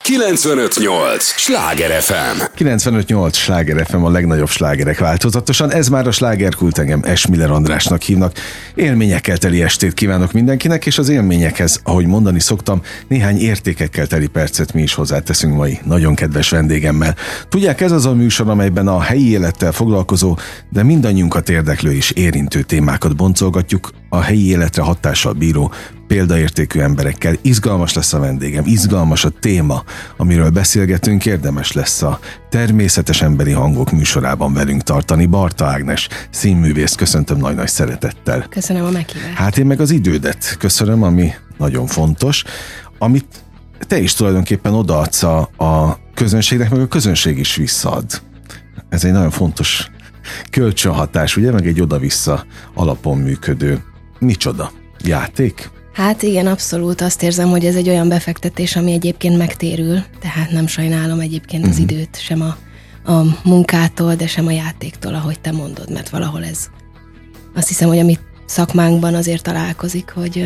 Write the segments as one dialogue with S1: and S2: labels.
S1: 95.8 Sláger FM.
S2: 95.8 Sláger FM, a legnagyobb slágerek változatosan. Ez már a Slágerkult, engem Esmiller Andrásnak hívnak. Élményekkel teli estét kívánok mindenkinek, és az élményekhez, ahogy mondani szoktam, néhány értékekkel teli percet mi is hozzáteszünk mai nagyon kedves vendégemmel. Tudják, ez az a műsor, amelyben a helyi élettel foglalkozó, de mindannyiunkat érdeklő és érintő témákat boncolgatjuk, a helyi életre hatással bíró, példaértékű emberekkel. Izgalmas lesz a vendégem, izgalmas a téma, amiről beszélgetünk, érdemes lesz a Természetes Emberi Hangok műsorában velünk tartani. Barta Ágnes, színművész, köszöntöm nagy-nagy szeretettel.
S3: Köszönöm a meghívást.
S2: Hát én meg az idődet köszönöm, ami nagyon fontos, amit te is tulajdonképpen odaadsz a közönségnek, meg a közönség is visszaad. Ez egy nagyon fontos kölcsönhatás, ugye, meg egy oda-vissza alapon működő. Micsoda? Játék?
S3: Hát igen, abszolút azt érzem, hogy ez egy olyan befektetés, ami egyébként megtérül, tehát nem sajnálom egyébként az időt, sem a munkától, de sem a játéktól, ahogy te mondod, mert valahol ez. Azt hiszem, hogy a mi szakmánkban azért találkozik, hogy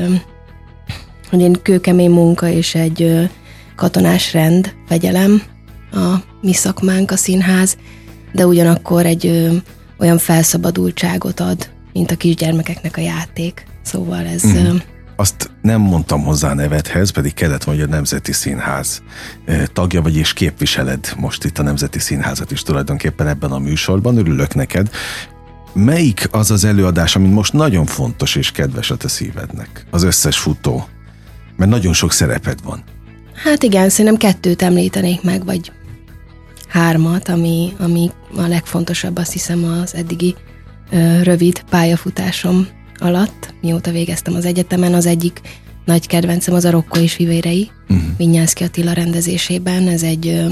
S3: egy kőkemény munka és egy katonás rend, fegyelem a mi szakmánk, a színház, de ugyanakkor egy olyan felszabadultságot ad, mint a kisgyermekeknek a játék. Szóval ez...
S2: Azt nem mondtam hozzá a nevedhez, pedig kellett, hogy a Nemzeti Színház tagja vagy, és képviseled most itt a Nemzeti Színházat is tulajdonképpen ebben a műsorban. Örülök neked. Melyik az az előadás, ami most nagyon fontos és kedves a te szívednek? Az összes futó. Mert nagyon sok szereped van.
S3: Hát igen, szerintem 2 említenék meg, vagy 3, ami a legfontosabb, azt hiszem, az eddigi rövid pályafutásom alatt, mióta végeztem az egyetemen. Az egyik nagy kedvencem az a Rocco és fivérei, Vinyánszky Attila rendezésében. Ez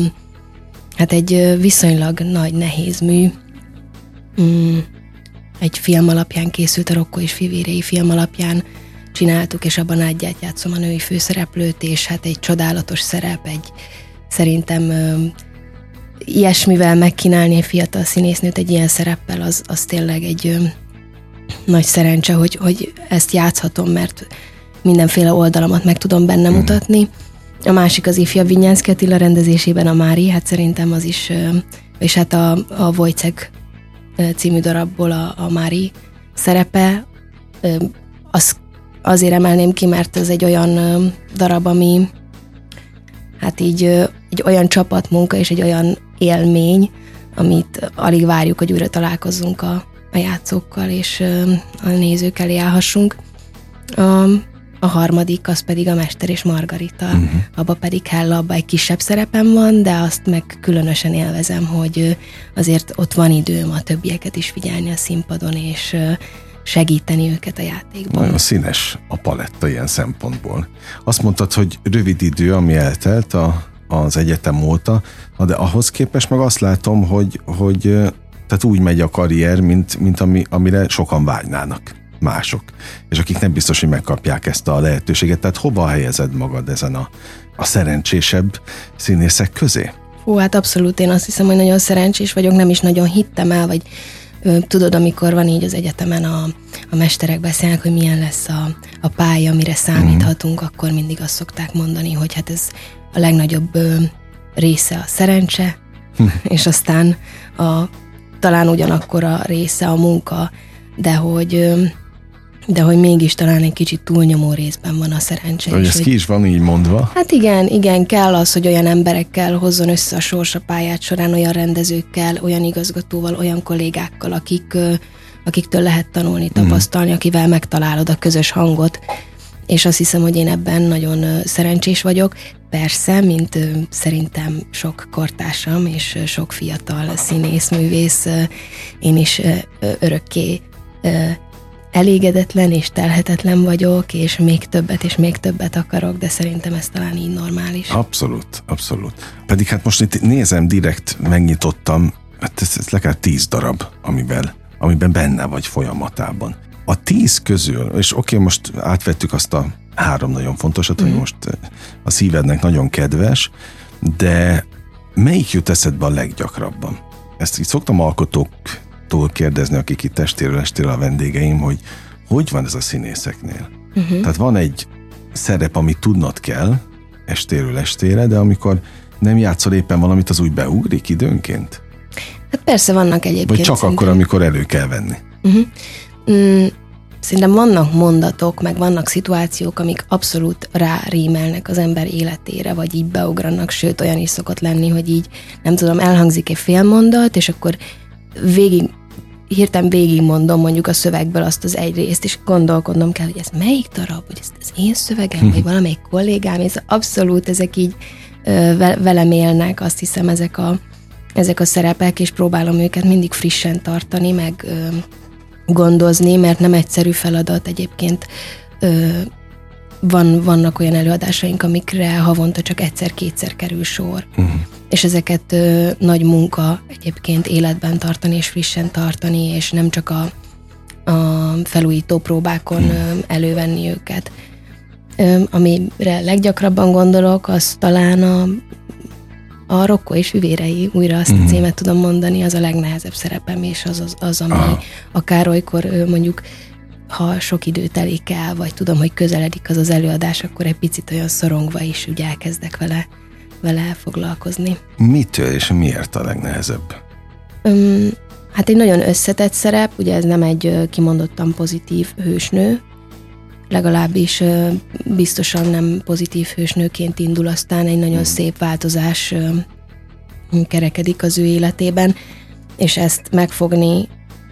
S3: egy viszonylag nagy, nehéz mű. Egy film alapján készült, a Rocco és fivérei film alapján csináltuk, és abban Ádgyát játszom, a női főszereplőt, és hát egy csodálatos szerep, szerintem ilyesmivel megkínálni egy fiatal színésznőt egy ilyen szereppel, az tényleg egy nagy szerencse, hogy ezt játszhatom, mert mindenféle oldalamat meg tudom benne mutatni. A másik az ifjabb Vinyánszky Attila rendezésében a Mári, hát szerintem az is, és hát a Wojciech című darabból a Mári szerepe, azért emelném ki, mert ez egy olyan darab, ami hát így egy olyan csapatmunka és egy olyan élmény, amit alig várjuk, hogy újra találkozzunk a játszókkal, és a nézők elé állhassunk. A harmadik, az pedig a Mester és Margarita. Abba pedig Hella, abba egy kisebb szerepem van, de azt meg különösen élvezem, hogy azért ott van időm a többieket is figyelni a színpadon, és segíteni őket a játékban. Nagyon
S2: színes a paletta ilyen szempontból. Azt mondtad, hogy rövid idő, ami eltelt az egyetem óta, de ahhoz képest meg azt látom, hogy tehát úgy megy a karrier, mint amire sokan vágynának mások, és akik nem biztos, hogy megkapják ezt a lehetőséget. Tehát hova helyezed magad ezen a szerencsésebb színészek közé?
S3: Hát abszolút, én azt hiszem, hogy nagyon szerencsés vagyok, nem is nagyon hittem el, vagy tudod, amikor van így az egyetemen a mesterek beszélnek, hogy milyen lesz a pálya, amire számíthatunk, akkor mindig azt szokták mondani, hogy hát ez a legnagyobb része a szerencse, és aztán talán ugyanakkor a része a munka, de hogy mégis talán egy kicsit túlnyomó részben van a szerencse.
S2: Hogy ez ki is van így mondva?
S3: Hát igen, kell az, hogy olyan emberekkel hozzon össze a sors a pályát során, olyan rendezőkkel, olyan igazgatóval, olyan kollégákkal, akiktől lehet tanulni, tapasztalni, akivel megtalálod a közös hangot, és azt hiszem, hogy én ebben nagyon szerencsés vagyok. Persze, mint szerintem sok kortársam és sok fiatal színész, művész, én is örökké elégedetlen és telhetetlen vagyok, és még többet akarok, de szerintem ez talán így normális.
S2: Abszolút. Pedig hát most itt nézem, direkt megnyitottam, hát ez legalább 10 darab, amiben benne vagy folyamatában. A 10 közül, és oké, most átvettük azt a 3 nagyon fontosat, hogy most a szívednek nagyon kedves, de melyik jut eszedbe a leggyakrabban? Ezt így szoktam alkotóktól kérdezni, akik itt estéről a vendégeim, hogy van ez a színészeknél? Tehát van egy szerep, amit tudnod kell, estéről estére, de amikor nem játszol éppen valamit, az úgy beugrik időnként?
S3: Hát persze vannak egyébként.
S2: Vagy csak akkor, amikor elő kell venni?
S3: Szerintem vannak mondatok, meg vannak szituációk, amik abszolút rárímelnek az ember életére, vagy így beugranak, sőt olyan is szokott lenni, hogy így, nem tudom, elhangzik egy fél mondat, és akkor hirtelen végigmondom mondjuk a szövegből azt az egy részt, és gondolkodnom kell, hogy ez melyik darab, hogy ez én szövegem, vagy valamelyik kollégám, és abszolút ezek így velem élnek, azt hiszem ezek a szerepek, és próbálom őket mindig frissen tartani, meg gondozni, mert nem egyszerű feladat egyébként. Vannak olyan előadásaink, amikre havonta csak egyszer-kétszer kerül sor. És ezeket nagy munka egyébként életben tartani és frissen tartani, és nem csak a felújító próbákon elővenni őket. Amire leggyakrabban gondolok, az talán a Rocco és Fivérei, újra azt a címet tudom mondani, az a legnehezebb szerepem, és az ami akár olykor mondjuk, ha sok idő telik el, vagy tudom, hogy közeledik az előadás, akkor egy picit olyan szorongva is úgy elkezdek vele foglalkozni.
S2: Mitől és miért a legnehezebb?
S3: Hát egy nagyon összetett szerep, ugye ez nem egy kimondottan pozitív hősnő, legalábbis biztosan nem pozitív hősnőként indul, aztán egy nagyon szép változás kerekedik az ő életében, és ezt megfogni,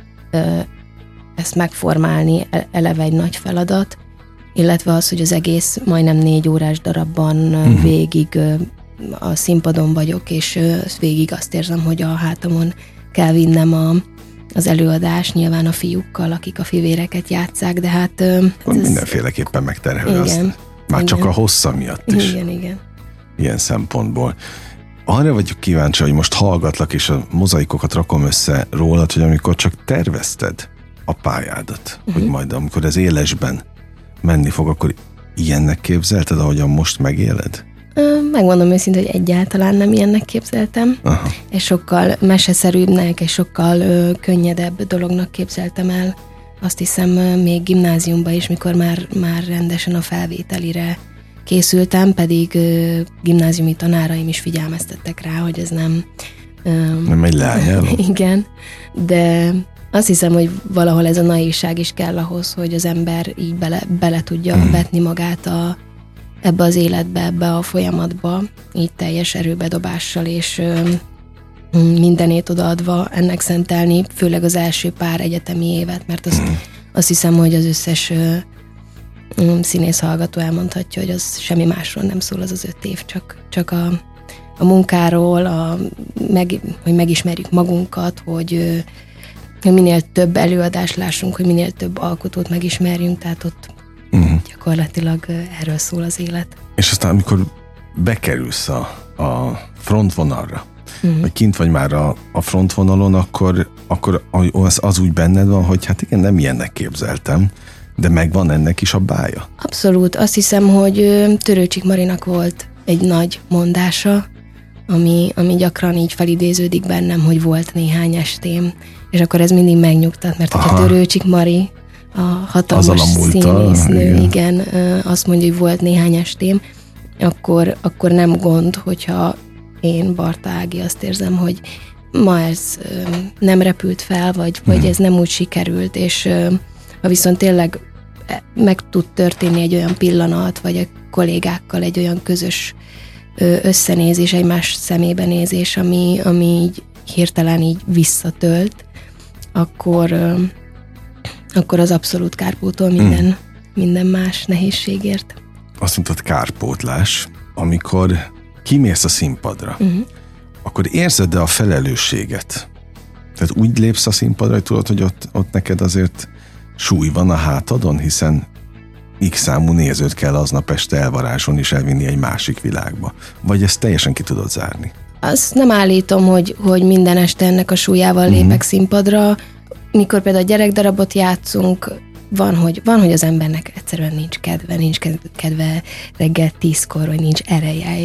S3: ezt megformálni eleve egy nagy feladat, illetve az, hogy az egész majdnem 4 órás darabban végig a színpadon vagyok, és végig azt érzem, hogy a hátamon kell vinnem az előadás, nyilván a fiúkkal, akik a fivéreket játsszák, de hát...
S2: mindenféleképpen megterhelő azt. Már csak a hossza miatt is.
S3: Igen.
S2: Ilyen szempontból. Arra vagyok kíváncsi, hogy most hallgatlak, és a mozaikokat rakom össze rólad, hogy amikor csak tervezted a pályádat, hogy majd amikor ez élesben menni fog, akkor ilyennek képzelted, ahogyan most megéled?
S3: Megmondom őszintén, hogy egyáltalán nem ilyennek képzeltem. És sokkal meseszerűbbnek, és sokkal könnyedebb dolognak képzeltem el. Azt hiszem, még gimnáziumban is, mikor már rendesen a felvételire készültem, pedig gimnáziumi tanáraim is figyelmeztettek rá, hogy ez nem
S2: egy leányáló.
S3: Igen, de azt hiszem, hogy valahol ez a naivság is kell ahhoz, hogy az ember így bele tudja vetni magát ebbe az életbe, ebbe a folyamatba, így teljes erőbedobással, és mindenét odaadva ennek szentelni, főleg az első pár egyetemi évet, mert azt hiszem, hogy az összes színész hallgató elmondhatja, hogy az semmi másról nem szól az 5 év, csak a munkáról, hogy megismerjük magunkat, hogy minél több előadást lássunk, hogy minél több alkotót megismerjünk, tehát ott gyakorlatilag erről szól az élet.
S2: És aztán, amikor bekerülsz a frontvonalra, vagy kint vagy már a frontvonalon, akkor az úgy benned van, hogy hát igen, nem ilyennek képzeltem, de megvan ennek is a bája?
S3: Abszolút. Azt hiszem, hogy Törőcsik Marinak volt egy nagy mondása, ami gyakran így felidéződik bennem, hogy volt néhány estém, és akkor ez mindig megnyugtat, mert hogyha Törőcsik Mari, a hatalmas színésznő, igen, azt mondja, hogy volt néhány estém, akkor nem gond, hogyha én, Barta Ági, azt érzem, hogy ma ez nem repült fel, vagy ez nem úgy sikerült, és ha viszont tényleg meg tud történni egy olyan pillanat, vagy a kollégákkal egy olyan közös összenézés, egymás szemébe nézés, ami így hirtelen így visszatölt, akkor az abszolút kárpótol minden más nehézségért.
S2: Azt mondtad, kárpótlás, amikor kimész a színpadra, akkor érzed-e a felelősséget? Tehát úgy lépsz a színpadra, hogy tudod, hogy ott neked azért súly van a hátadon, hiszen X számú nézőt kell aznap este elvarázsolni és elvinni egy másik világba. Vagy ezt teljesen ki tudod zárni?
S3: Azt nem állítom, hogy minden este ennek a súlyával lépek színpadra. Mikor például gyerekdarabot játszunk, van, hogy az embernek egyszerűen nincs kedve reggel 10-kor, vagy nincs ereje,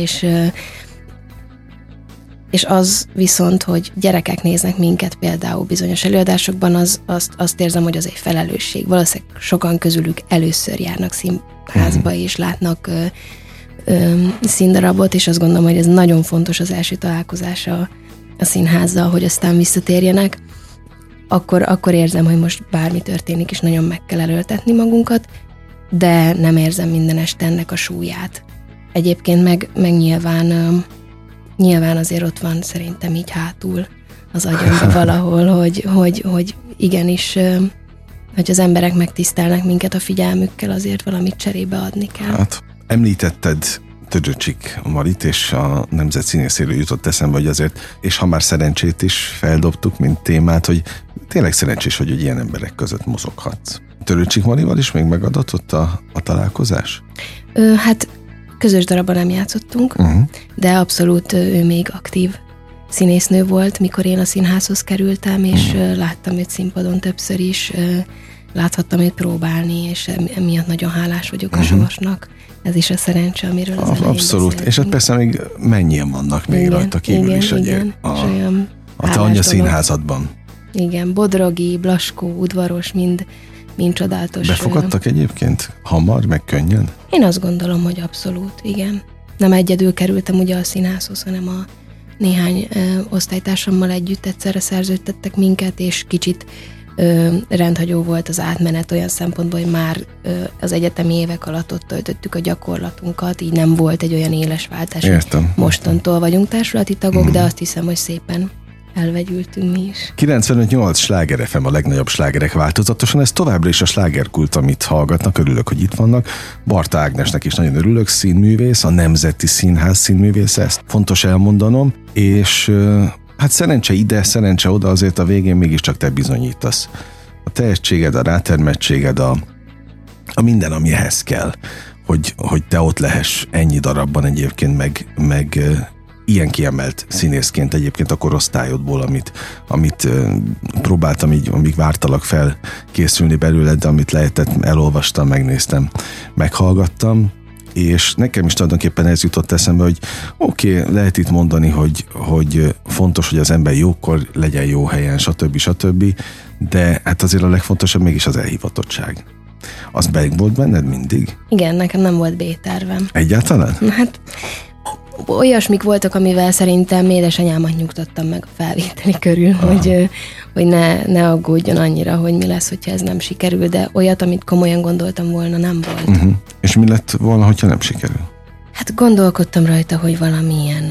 S3: és az viszont, hogy gyerekek néznek minket például bizonyos előadásokban, azt érzem, hogy az egy felelősség. Valószínűleg sokan közülük először járnak színházba, és látnak színdarabot, és azt gondolom, hogy ez nagyon fontos az első találkozása a színházzal, hogy aztán visszatérjenek, akkor érzem, hogy most bármi történik, és nagyon meg kell erőltetni magunkat, de nem érzem minden este ennek a súlyát. Egyébként meg nyilván azért ott van szerintem így hátul az agyamban valahol, hogy igenis, hogy az emberek megtisztelnek minket a figyelmükkel, azért valamit cserébe adni kell.
S2: Hát említetted Töröcsik Marit, és a Nemzet Színészéről jutott eszembe, hogy azért, és ha már szerencsét is feldobtuk, mint témát, hogy tényleg szerencsés, hogy ilyen emberek között mozoghatsz. Töröcsik Marival is még megadatott a találkozás?
S3: Hát közös darabban nem játszottunk, de abszolút ő még aktív színésznő volt, mikor én a színházhoz kerültem, és láttam őt színpadon többször is, láthattam őt próbálni, és emiatt nagyon hálás vagyok a sorsnak. Ez is a szerencse, amiről az elején
S2: abszolút.
S3: beszéltünk.
S2: És hát persze még mennyien vannak még rajta kívül is a te anya színházadban.
S3: Igen, Bodrogi, Blaskó, Udvaros, mind csodálatos.
S2: Befogadtak egyébként? Hamar, meg könnyen?
S3: Én azt gondolom, hogy abszolút, igen. Nem egyedül kerültem ugye a színházhoz, hanem a néhány osztálytársammal együtt egyszerre szerződtettek minket, és kicsit rendhagyó volt az átmenet olyan szempontból, hogy már az egyetemi évek alatt ott töltöttük a gyakorlatunkat, így nem volt egy olyan éles váltás.
S2: Értem.
S3: Mostantól vagyunk társulati tagok, de azt hiszem, hogy szépen elvegyültünk mi is.
S2: 95.8 Sláger FM, a legnagyobb slágerek változatosan, ez továbbra is a slágerkult, amit hallgatnak, örülök, hogy itt vannak. Barta Ágnesnek is nagyon örülök, színművész, a Nemzeti Színház színművész, ezt fontos elmondanom, és hát szerencse ide, szerencse oda, azért a végén mégiscsak te bizonyítasz. A tehetséged, a rátermettséged, a minden, ami ehhez kell, hogy te ott lehess ennyi darabban egyébként, meg ilyen kiemelt színészként egyébként a korosztályodból, amit próbáltam így, amíg vártalak fel készülni belőled, de amit lehetett, elolvastam, megnéztem, meghallgattam, és nekem is tulajdonképpen ez jutott eszembe, hogy oké, lehet itt mondani, hogy fontos, hogy az ember jókor legyen jó helyen, stb. De hát azért a legfontosabb mégis az elhivatottság. Az volt benned mindig?
S3: Igen, nekem nem volt B-tervem.
S2: Egyáltalán?
S3: Hát olyasmik voltak, amivel szerintem édesanyámat nyugtattam meg a felvételi körül, hogy ne aggódjon annyira, hogy mi lesz, hogyha ez nem sikerül, de olyat, amit komolyan gondoltam volna, nem volt.
S2: És mi lett volna, hogyha nem sikerül?
S3: Hát gondolkodtam rajta, hogy valamilyen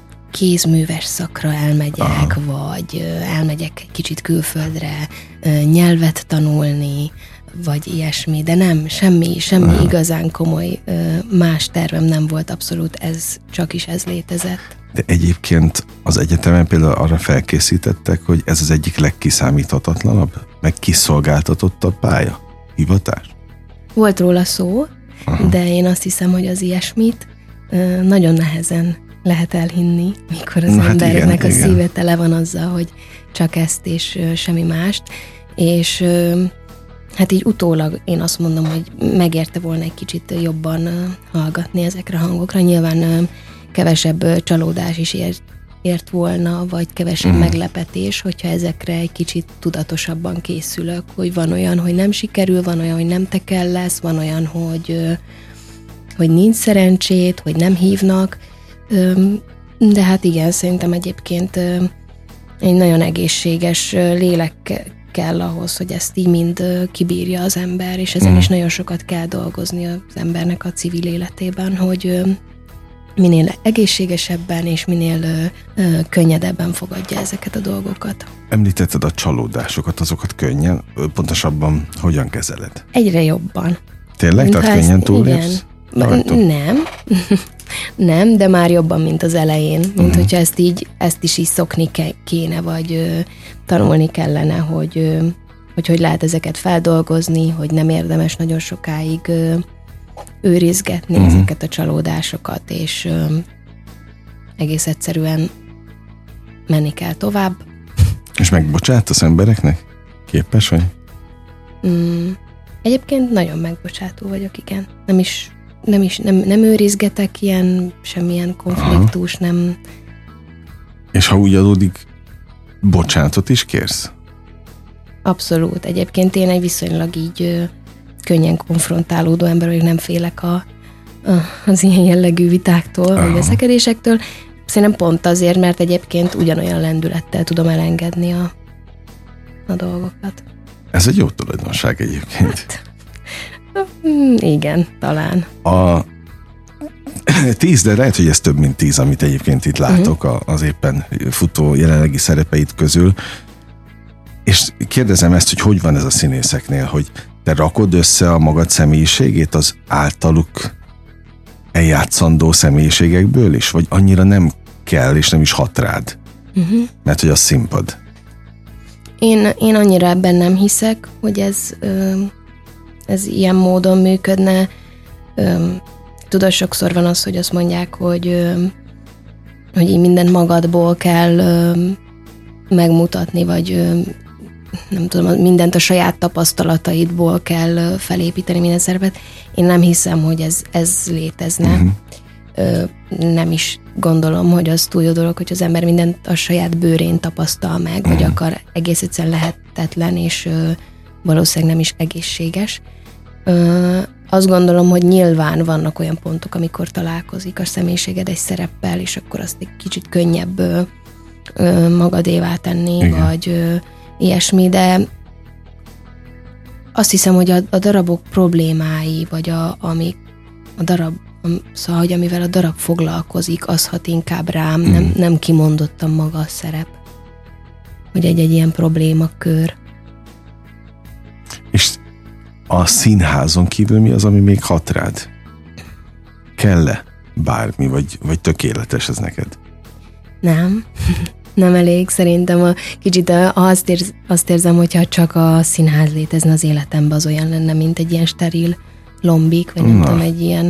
S3: kézműves szakra elmegyek, vagy elmegyek egy kicsit külföldre nyelvet tanulni, vagy ilyesmi, de nem, semmi igazán komoly más tervem nem volt, abszolút csak is ez létezett.
S2: De egyébként az egyetemen például arra felkészítettek, hogy ez az egyik legkiszámíthatatlanabb, meg kiszolgáltatottabb pálya, hivatás?
S3: Volt róla szó, de én azt hiszem, hogy az ilyesmit nagyon nehezen lehet elhinni, mikor az embernek a szíve tele van azzal, hogy csak ezt és semmi mást, és hát így utólag én azt mondom, hogy megérte volna egy kicsit jobban hallgatni ezekre a hangokra. Nyilván kevesebb csalódás is ért volna, vagy kevesebb meglepetés, hogyha ezekre egy kicsit tudatosabban készülök, hogy van olyan, hogy nem sikerül, van olyan, hogy nem tekel lesz, van olyan, hogy nincs szerencsét, hogy nem hívnak, de hát igen, szerintem egyébként egy nagyon egészséges lélek kell ahhoz, hogy ezt így mind kibírja az ember, és ezen is nagyon sokat kell dolgozni az embernek a civil életében, hogy minél egészségesebben és minél könnyedebben fogadja ezeket a dolgokat.
S2: Említetted a csalódásokat, azokat könnyen, pontosabban hogyan kezeled?
S3: Egyre jobban.
S2: Tényleg? Tehát könnyen túlépsz?
S3: Nem, de már jobban, mint az elején. Mint hogyha ezt is így szokni kéne, vagy tanulni kellene, hogy lehet ezeket feldolgozni, hogy nem érdemes nagyon sokáig őrizgetni ezeket a csalódásokat, és egész egyszerűen menni kell tovább.
S2: És megbocsátasz embereknek? Képes vagy?
S3: Egyébként nagyon megbocsátó vagyok, igen. Nem őrizgetek semmilyen konfliktus, nem.
S2: És ha úgy adódik, bocsánatot is kérsz?
S3: Abszolút. Egyébként én egy viszonylag így könnyen konfrontálódó ember vagyok, nem félek a az ilyen jellegű vitáktól, vagy veszekedésektől. Szerintem pont azért, mert egyébként ugyanolyan lendülettel tudom elengedni a dolgokat.
S2: Ez egy jó tulajdonság egyébként.
S3: Hát, igen, talán.
S2: A 10, de lehet, hogy ez több, mint 10, amit egyébként itt látok az éppen futó jelenlegi szerepeit közül. És kérdezem ezt, hogy van ez a színészeknél, hogy te rakod össze a magad személyiségét az általuk eljátszandó személyiségekből is, vagy annyira nem kell, és nem is hat rád? Mert hogy az színpad.
S3: Én annyira ebben nem hiszek, hogy ez ilyen módon működne. Tudod, sokszor van az, hogy azt mondják, hogy így mindent magadból kell megmutatni, vagy nem tudom, mindent a saját tapasztalataidból kell felépíteni minden szerepet. Én nem hiszem, hogy ez létezne. Nem is gondolom, hogy az túl jó dolog, hogy az ember mindent a saját bőrén tapasztal meg, vagy akar, egész egyszerűen lehetetlen, és valószínűleg nem is egészséges. Azt gondolom, hogy nyilván vannak olyan pontok, amikor találkozik a személyiséged egy szereppel, és akkor azt egy kicsit könnyebb magadévá tenni, igen, vagy ilyesmi, de azt hiszem, hogy a darabok problémái, vagy szóval, hogy amivel a darab foglalkozik, az hat inkább rám, nem kimondottan maga a szerep. Hogy egy ilyen problémakör. És
S2: a színházon kívül mi az, ami még hat rád? Kell-e bármi, vagy tökéletes ez neked?
S3: Nem. Nem elég, szerintem kicsit azt érzem, hogyha csak a színház létezne az életemben, az olyan lenne, mint egy ilyen steril lombik, vagy nem tudom, egy ilyen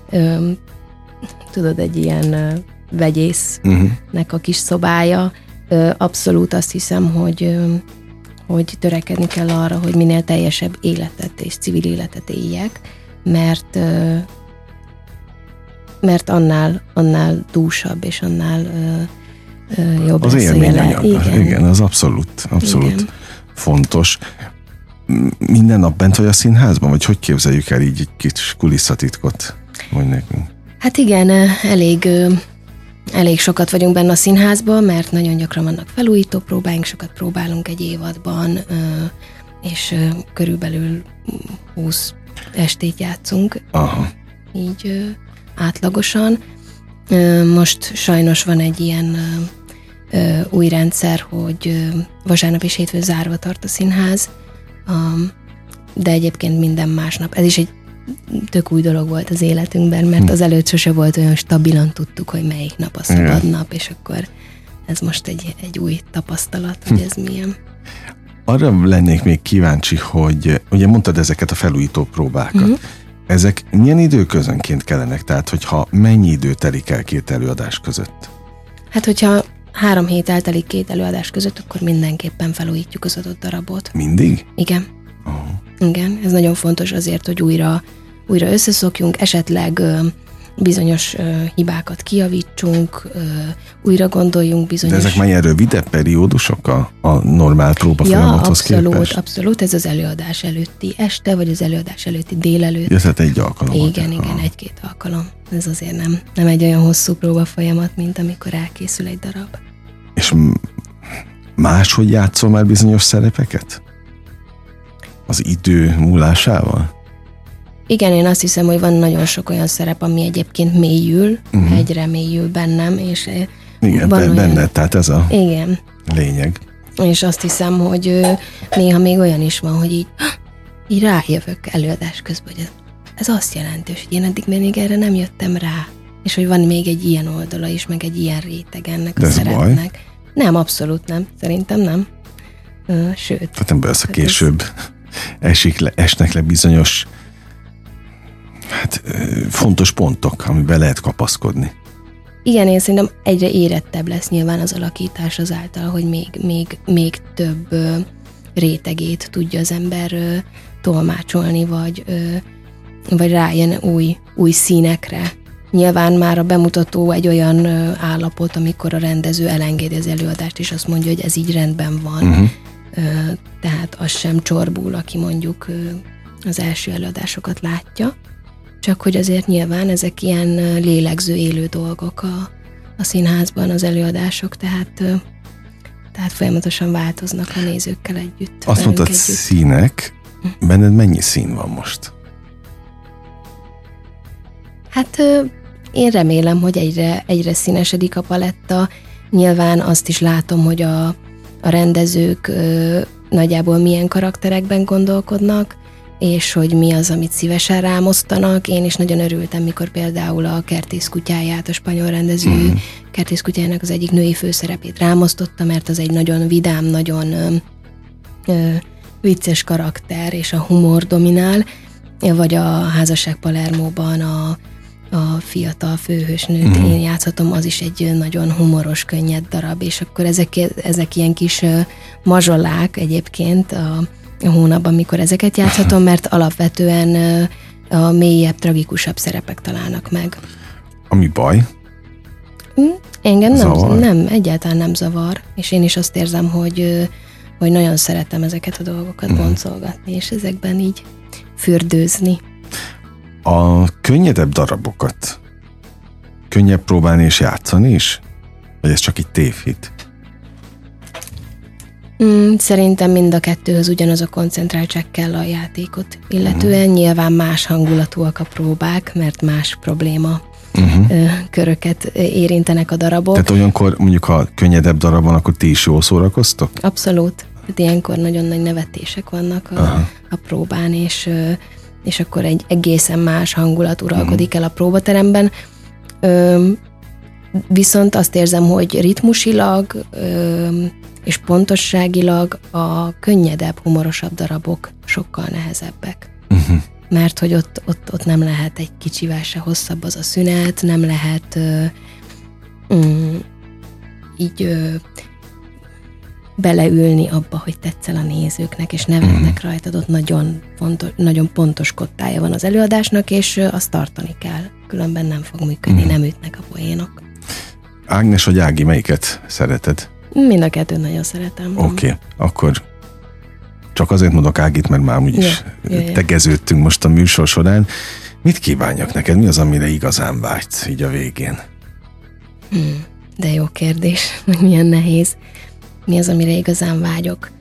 S3: egy ilyen vegyésznek a kis szobája. Abszolút azt hiszem, hogy törekedni kell arra, hogy minél teljesebb életet és civil életet éljek, mert annál dúsabb, és annál jobb
S2: az élményanyag. Igen, az abszolút igen, fontos. Minden nap bent vagy a színházban, vagy hogy képzeljük el így egy kis kulisszatitkot? Mondj nekünk.
S3: Hát igen, elég sokat vagyunk benne a színházban, mert nagyon gyakran vannak felújító próbáink, sokat próbálunk egy évadban, és körülbelül 20 estét játszunk.
S2: Aha.
S3: Így átlagosan. Most sajnos van egy ilyen új rendszer, hogy vasárnap és hétfőn zárva tart a színház, de egyébként minden másnap. Ez is egy tök új dolog volt az életünkben, mert az előtt sose volt olyan stabilan, tudtuk, hogy melyik nap a szabad nap, és akkor ez most egy új tapasztalat, hogy ez milyen.
S2: Arra lennék még kíváncsi, hogy ugye mondtad ezeket a felújító próbákat. Ezek milyen időközönként kellenek? Tehát, hogyha mennyi idő telik el 2 előadás között? Hát, hogyha
S3: 3 hét eltelik 2 előadás között, akkor mindenképpen felújítjuk az adott darabot.
S2: Mindig?
S3: Igen. Igen, ez nagyon fontos azért, hogy újra összeszokjunk, esetleg bizonyos hibákat kijavítsunk, újra gondoljunk bizonyos...
S2: De ezek már ilyen rövidebb periódusok a normál próba folyamathoz képest?
S3: Abszolút, ez az előadás előtti este, vagy az előadás előtti délelőtt.
S2: Ez hát egy alkalom.
S3: Igen, 1-2 alkalom. Ez azért nem egy olyan hosszú próba folyamat, mint amikor elkészül egy darab.
S2: És máshogy játszol már bizonyos szerepeket? Az idő múlásával?
S3: Igen, én azt hiszem, hogy van nagyon sok olyan szerep, ami egyébként mélyül, egyre mélyül bennem, és
S2: igen, benned, tehát ez a
S3: igen,
S2: lényeg.
S3: És azt hiszem, hogy néha még olyan is van, hogy így rájövök előadás közben, hogy ez azt jelenti, hogy én eddig még erre nem jöttem rá, és hogy van még egy ilyen oldala is, meg egy ilyen réteg ennek a szerepnek. Baj? Nem, abszolút nem, szerintem nem. Sőt.
S2: Tehát nem persze később esnek le bizonyos fontos pontok, amiben lehet kapaszkodni.
S3: Igen, én szerintem egyre érettebb lesz nyilván az alakítás azáltal, hogy még több rétegét tudja az ember tolmácsolni, vagy rájön új színekre. Nyilván már a bemutató egy olyan állapot, amikor a rendező elengedi az előadást, és azt mondja, hogy ez így rendben van. Tehát az sem csorbul, aki mondjuk az első előadásokat látja. csak hogy azért nyilván ezek ilyen lélegző, élő dolgok a színházban, az előadások, tehát folyamatosan változnak a nézőkkel együtt.
S2: Azt mondtad, együtt. Színek, benned mennyi szín van most?
S3: Hát én remélem, hogy egyre színesedik a paletta. Nyilván azt is látom, hogy a rendezők nagyjából milyen karakterekben gondolkodnak, és hogy mi az, amit szívesen rámosztanak. Én is nagyon örültem, mikor például a Kertész kutyáját, a spanyol rendező Kertész kutyájának az egyik női főszerepét rámosztotta, mert az egy nagyon vidám, nagyon vicces karakter, és a humor dominál, vagy a Házasság Palermóban a fiatal főhősnőt én játszhatom, az is egy nagyon humoros, könnyed darab, és akkor ezek ilyen kis mazsolák egyébként a hónapban, mikor ezeket játszhatom, mert alapvetően a mélyebb, tragikusabb szerepek találnak meg.
S2: Ami baj?
S3: Engem nem, egyáltalán nem zavar, és én is azt érzem, hogy nagyon szeretem ezeket a dolgokat boncolgatni, és ezekben így fürdőzni.
S2: A könnyedebb darabokat könnyebb próbálni és játszani is? Vagy ez csak egy tévhit?
S3: Szerintem mind a kettőhöz ugyanaz a koncentráltság kell a játékot. Illetően nyilván más hangulatúak a próbák, mert más probléma köröket érintenek a darabok.
S2: Tehát olyankor mondjuk, ha könnyedebb darab van, akkor ti is jól szórakoztok?
S3: Abszolút. Hát ilyenkor nagyon nagy nevetések vannak a próbán, és akkor egy egészen más hangulat uralkodik el a próbateremben. Viszont azt érzem, hogy ritmusilag és pontosságilag a könnyedebb, humorosabb darabok sokkal nehezebbek. Mert hogy ott nem lehet egy kicsivel se hosszabb az a szünet, nem lehet így beleülni abba, hogy tetszel a nézőknek, és nevetnek rajtad, ott nagyon pontos kottája van az előadásnak, és azt tartani kell, különben nem fog működni, nem ütnek a poénok.
S2: Ágnes vagy Ági, melyiket szereted?
S3: Mind a kettőt nagyon szeretem.
S2: Oké, akkor csak azért mondok Ágit, mert már úgyis tegeződtünk most a műsor során. Mit kívánjak neked? Mi az, amire igazán vágysz így a végén?
S3: De jó kérdés, milyen nehéz. Mi az, amire igazán vágyok?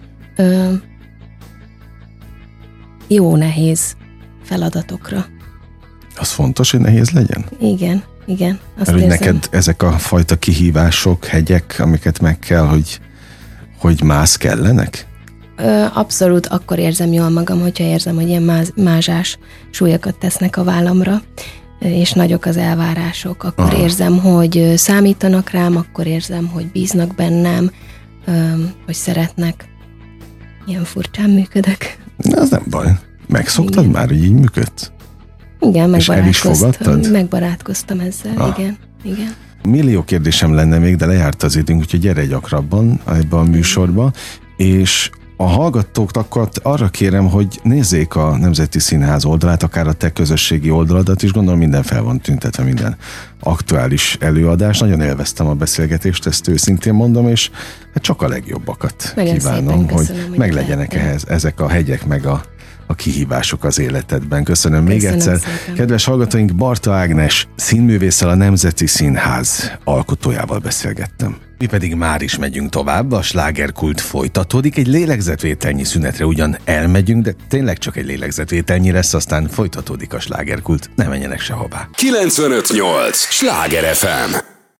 S3: Jó nehéz feladatokra. Az
S2: fontos, hogy nehéz legyen?
S3: Igen.
S2: Mert hogy neked ezek a fajta kihívások, hegyek, amiket meg kell, hogy mász kellenek?
S3: Abszolút akkor érzem jól magam, hogyha érzem, hogy ilyen mázsás súlyokat tesznek a vállamra, és nagyok az elvárások. Akkor érzem, hogy számítanak rám, akkor érzem, hogy bíznak bennem, hogy szeretnek. Ilyen furcsán működök.
S2: Az nem baj. Megszoktad már, hogy így működsz?
S3: Igen, megbarátkoztam ezzel, igen.
S2: Millió kérdésem lenne még, de lejárt az időnk, úgyhogy gyere gyakrabban ebbe a műsorba, és a hallgatókat arra kérem, hogy nézzék a Nemzeti Színház oldalát, akár a te közösségi oldaladat is, gondolom minden fel van tüntetve, minden aktuális előadás. Nagyon élveztem a beszélgetést, ezt őszintén mondom, és hát csak a legjobbakat kívánom, hogy meglegyenek ezek a hegyek, meg a kihívások az életedben. Köszönöm még egyszer. Szépen. Kedves hallgatóink, Barta Ágnes színművésszel, a Nemzeti Színház alkotójával beszélgettem. Mi pedig már is megyünk tovább, a slágerkult folytatódik, egy lélegzetvételnyi szünetre ugyan elmegyünk, de tényleg csak egy lélegzetvételnyi lesz, aztán folytatódik a slágerkult, ne menjenek sehová.
S1: 95.8 Sláger FM.